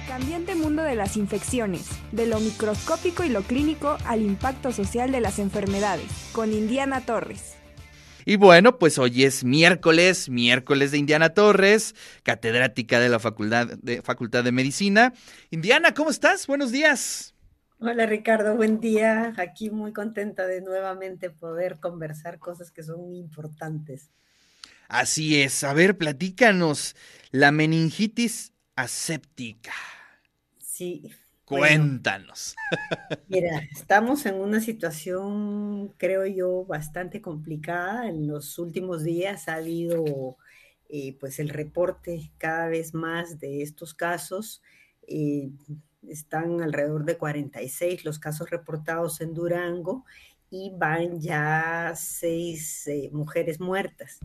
cambiante mundo de las infecciones, de lo microscópico y lo clínico al impacto social de las enfermedades, con Indiana Torres. Y bueno, pues hoy es miércoles de Indiana Torres, catedrática de la Facultad de Medicina. Indiana, ¿cómo estás? Buenos días. Hola Ricardo, buen día. Aquí muy contenta de nuevamente poder conversar cosas que son importantes. Así es. A ver, platícanos. La meningitis aséptica. Sí, bueno, Cuéntanos. mira, estamos en una situación, creo yo, bastante complicada. En los últimos días ha habido pues el reporte cada vez más de estos casos. Eh, Están alrededor de 46 los casos reportados en Durango y van ya 6 mujeres muertas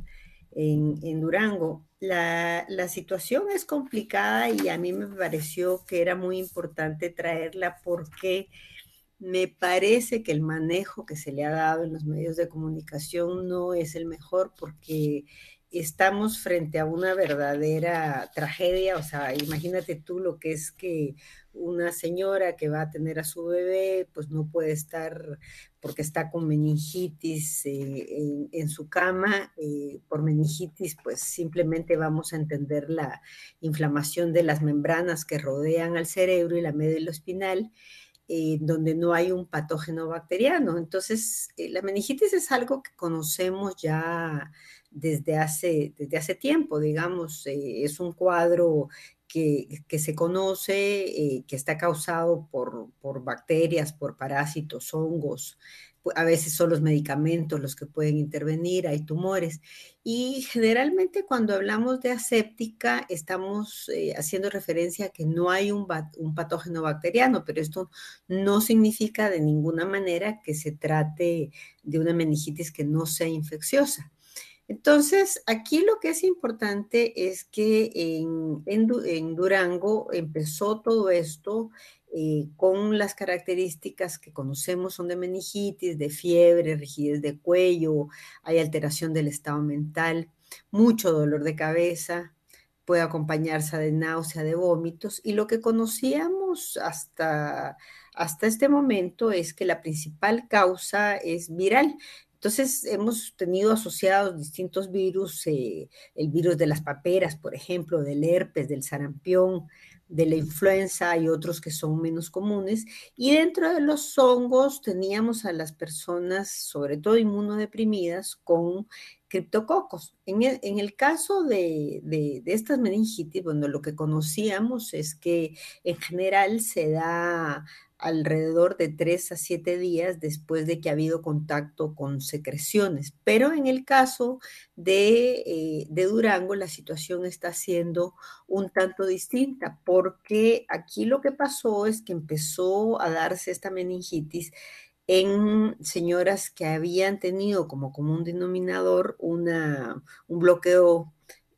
en Durango. La situación es complicada y a mí me pareció que era muy importante traerla porque me parece que el manejo que se le ha dado en los medios de comunicación no es el mejor porque estamos frente a una verdadera tragedia. O sea, imagínate tú lo que es que una señora que va a tener a su bebé, pues no puede estar porque está con meningitis en su cama. Por meningitis, pues simplemente vamos a entender la inflamación de las membranas que rodean al cerebro y la médula espinal, donde no hay un patógeno bacteriano. Entonces, la meningitis es algo que conocemos ya desde hace tiempo, digamos. Es un cuadro que se conoce, que está causado por bacterias, por parásitos, hongos. A veces son los medicamentos los que pueden intervenir, hay tumores. Y generalmente cuando hablamos de aséptica estamos haciendo referencia a que no hay un patógeno bacteriano, pero esto no significa de ninguna manera que se trate de una meningitis que no sea infecciosa. Entonces, aquí lo que es importante es que en Durango empezó todo esto con las características que conocemos, son de meningitis, de fiebre, rigidez de cuello, hay alteración del estado mental, mucho dolor de cabeza, puede acompañarse de náusea, de vómitos, y lo que conocíamos hasta este momento es que la principal causa es viral. Entonces, hemos tenido asociados distintos virus, el virus de las paperas, por ejemplo, del herpes, del sarampión, de la influenza y otros que son menos comunes. Y dentro de los hongos teníamos a las personas, sobre todo inmunodeprimidas, con criptococos. En el caso de estas meningitis, bueno, lo que conocíamos es que en general se da alrededor de 3 a 7 días después de que ha habido contacto con secreciones. Pero en el caso de Durango, la situación está siendo un tanto distinta, porque aquí lo que pasó es que empezó a darse esta meningitis en señoras que habían tenido como común denominador un bloqueo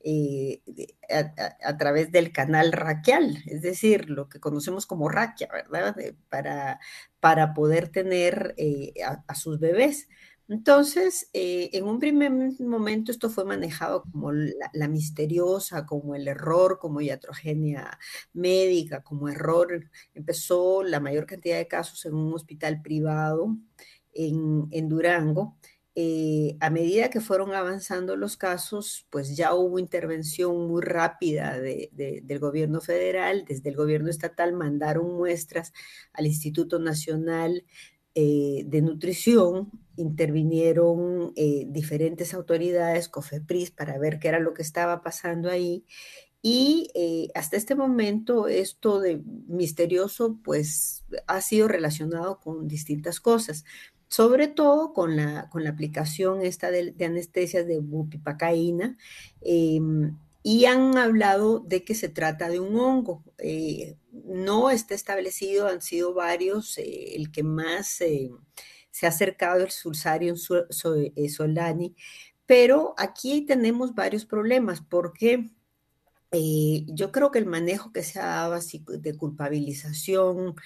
a través del canal raquial, es decir, lo que conocemos como raquia, ¿verdad? Para poder tener a sus bebés. Entonces, en un primer momento esto fue manejado como la misteriosa, como el error, como iatrogenia médica, como error. Empezó la mayor cantidad de casos en un hospital privado en Durango. A medida que fueron avanzando los casos, pues ya hubo intervención muy rápida del gobierno federal. Desde el gobierno estatal mandaron muestras al Instituto Nacional de Nutrición, intervinieron diferentes autoridades, COFEPRIS, para ver qué era lo que estaba pasando ahí. Y hasta este momento esto de misterioso pues ha sido relacionado con distintas cosas, sobre todo con la aplicación esta de anestesias de bupivacaína, eh, y han hablado de que se trata de un hongo. No está establecido, han sido varios, el que más se ha acercado el Fusarium solani, pero aquí tenemos varios problemas porque Yo creo que el manejo que se ha dado así de culpabilización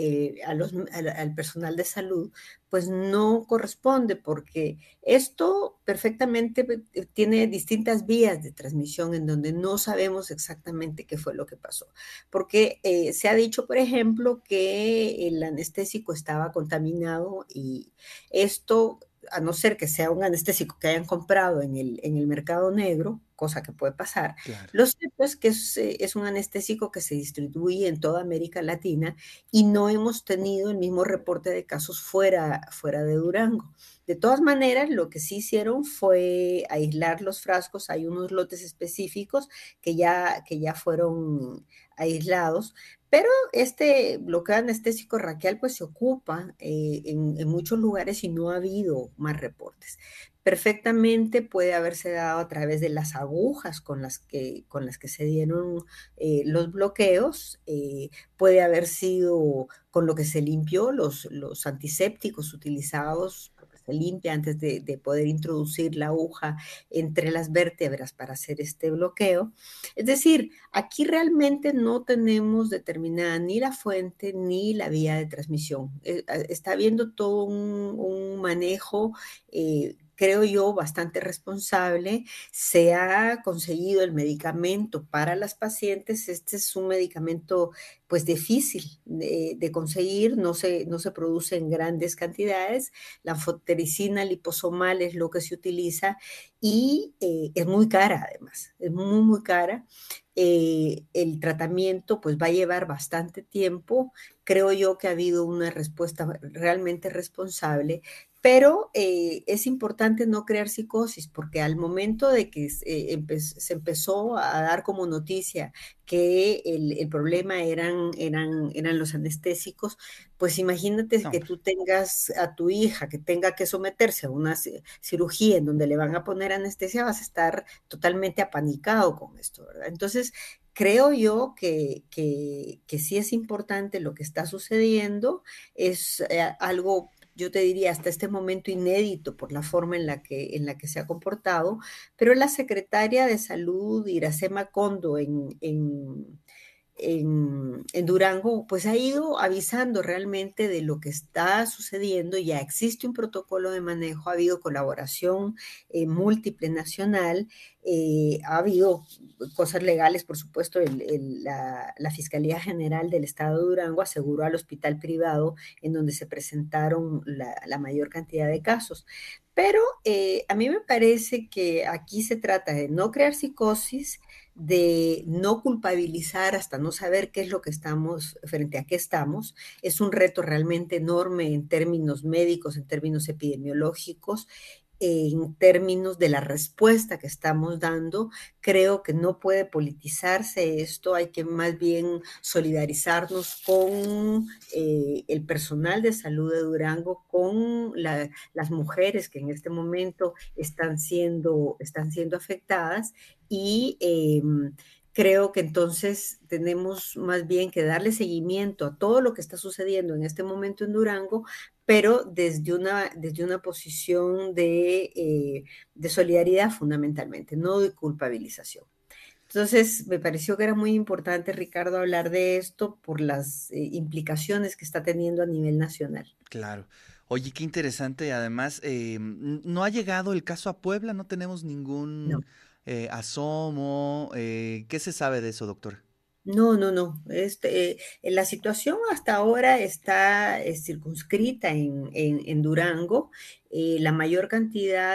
al personal de salud, pues no corresponde porque esto perfectamente tiene distintas vías de transmisión en donde no sabemos exactamente qué fue lo que pasó. Porque se ha dicho, por ejemplo, que el anestésico estaba contaminado y esto, a no ser que sea un anestésico que hayan comprado en el mercado negro, cosa que puede pasar, Claro. lo cierto es que es un anestésico que se distribuye en toda América Latina y no hemos tenido el mismo reporte de casos fuera de Durango. De todas maneras, lo que sí hicieron fue aislar los frascos. Hay unos lotes específicos que ya fueron aislados, pero este bloqueo anestésico raquial pues se ocupa en muchos lugares y no ha habido más reportes. Perfectamente puede haberse dado a través de las agujas con las que se dieron los bloqueos, puede haber sido con lo que se limpió, los antisépticos utilizados, porque se limpia antes de poder introducir la aguja entre las vértebras para hacer este bloqueo. Es decir, aquí realmente no tenemos determinada ni la fuente ni la vía de transmisión. Está habiendo todo un manejo creo yo, bastante responsable. Se ha conseguido el medicamento para las pacientes. Este es un medicamento pues difícil conseguir, no se produce en grandes cantidades. La anfotericina liposomal es lo que se utiliza y es muy cara además, es muy cara. El tratamiento pues va a llevar bastante tiempo. Creo yo que ha habido una respuesta realmente responsable, pero es importante no crear psicosis, porque al momento de que se empezó a dar como noticia que el problema eran los anestésicos, pues imagínate No, que hombre. tú tengas a tu hija que tenga que someterse a una cirugía en donde le van a poner anestesia, vas a estar totalmente apanicado con esto, ¿verdad? Entonces, creo yo que sí es importante lo que está sucediendo, es algo yo te diría, hasta este momento inédito por la forma en la que se ha comportado, pero la secretaria de Salud, Iracema Condo, en Durango, pues ha ido avisando realmente de lo que está sucediendo. Ya existe un protocolo de manejo, ha habido colaboración múltiple nacional, ha habido cosas legales, por supuesto, la Fiscalía General del Estado de Durango aseguró al hospital privado en donde se presentaron la mayor cantidad de casos. Pero a mí me parece que aquí se trata de no crear psicosis, de no culpabilizar hasta no saber qué es lo que estamos, frente a qué estamos. Es un reto realmente enorme en términos médicos, en términos epidemiológicos, en términos de la respuesta que estamos dando. Creo que no puede politizarse esto, hay que más bien solidarizarnos con el personal de salud de Durango, con las mujeres que en este momento están siendo afectadas y creo que entonces tenemos más bien que darle seguimiento a todo lo que está sucediendo en este momento en Durango, pero desde una posición de solidaridad fundamentalmente, no de culpabilización. Entonces, me pareció que era muy importante, Ricardo, hablar de esto por las implicaciones que está teniendo a nivel nacional. Claro. Oye, qué interesante. Además, no ha llegado el caso a Puebla, no tenemos ningún No. asomo. ¿Qué se sabe de eso, doctor? No. La situación hasta ahora está circunscrita en Durango. La mayor cantidad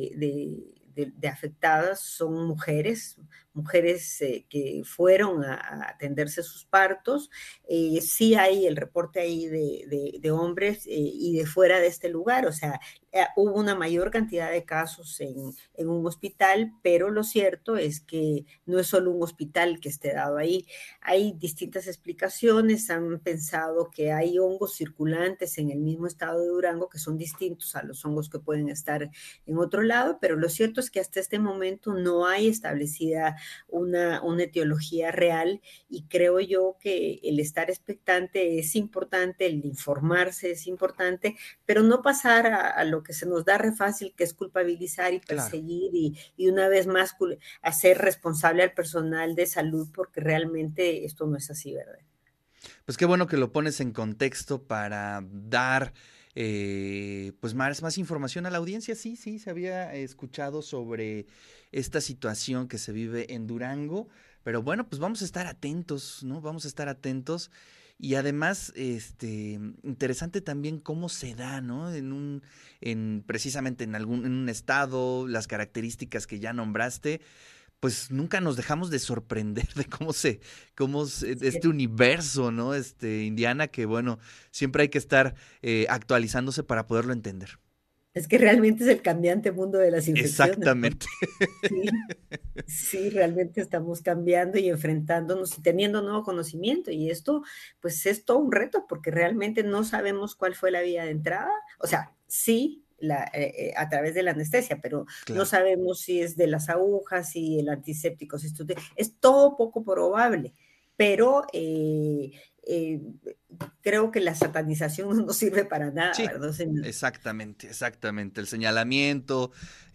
de afectadas son mujeres, mujeres que fueron a atenderse sus partos. Sí hay el reporte ahí de hombres y de fuera de este lugar, o sea, hubo una mayor cantidad de casos en un hospital, pero lo cierto es que no es solo un hospital que esté dado ahí. Hay distintas explicaciones, han pensado que hay hongos circulantes en el mismo estado de Durango que son distintos a los hongos que pueden estar en otro lado, pero lo cierto es que hasta este momento no hay establecida una etiología real y creo yo que el estar expectante es importante, el informarse es importante, pero no pasar a lo lo que se nos da re fácil, que es culpabilizar y Claro. perseguir y una vez más hacer responsable al personal de salud, porque realmente esto no es así, ¿verdad? Pues qué bueno que lo pones en contexto para dar pues más información a la audiencia. Sí, sí, se había escuchado sobre esta situación que se vive en Durango, pero bueno, pues vamos a estar atentos, ¿no? Vamos a estar atentos. Y además, interesante también cómo se da, ¿no? Precisamente en un estado, las características que ya nombraste, pues nunca nos dejamos de sorprender de de este universo, ¿no? Indiana, que bueno, siempre hay que estar actualizándose para poderlo entender. Es que realmente es el cambiante mundo de las infecciones, ¿no? Exactamente. Sí, sí, realmente estamos cambiando y enfrentándonos y teniendo nuevo conocimiento. Y esto, pues, es todo un reto porque realmente no sabemos cuál fue la vía de entrada. O sea, sí, a través de la anestesia, pero no Claro. sabemos si es de las agujas, si el antiséptico, es todo poco probable. Pero eh, creo que la satanización no sirve para nada, Sí, ¿verdad? O sea, exactamente, exactamente. El señalamiento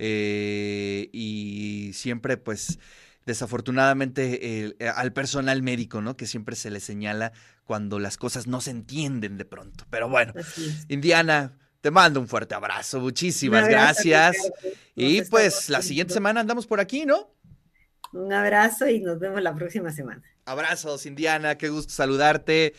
y siempre, pues, desafortunadamente, al personal médico, ¿no? Que siempre se le señala cuando las cosas no se entienden de pronto. Pero bueno, así es. Indiana, te mando un fuerte abrazo, Un muchísimas abrazo, gracias. Ricardo. Nos Y estamos pues la siguiente viendo. semana andamos por aquí, ¿no? Un abrazo y nos vemos la próxima semana. Abrazos, Indiana, qué gusto saludarte.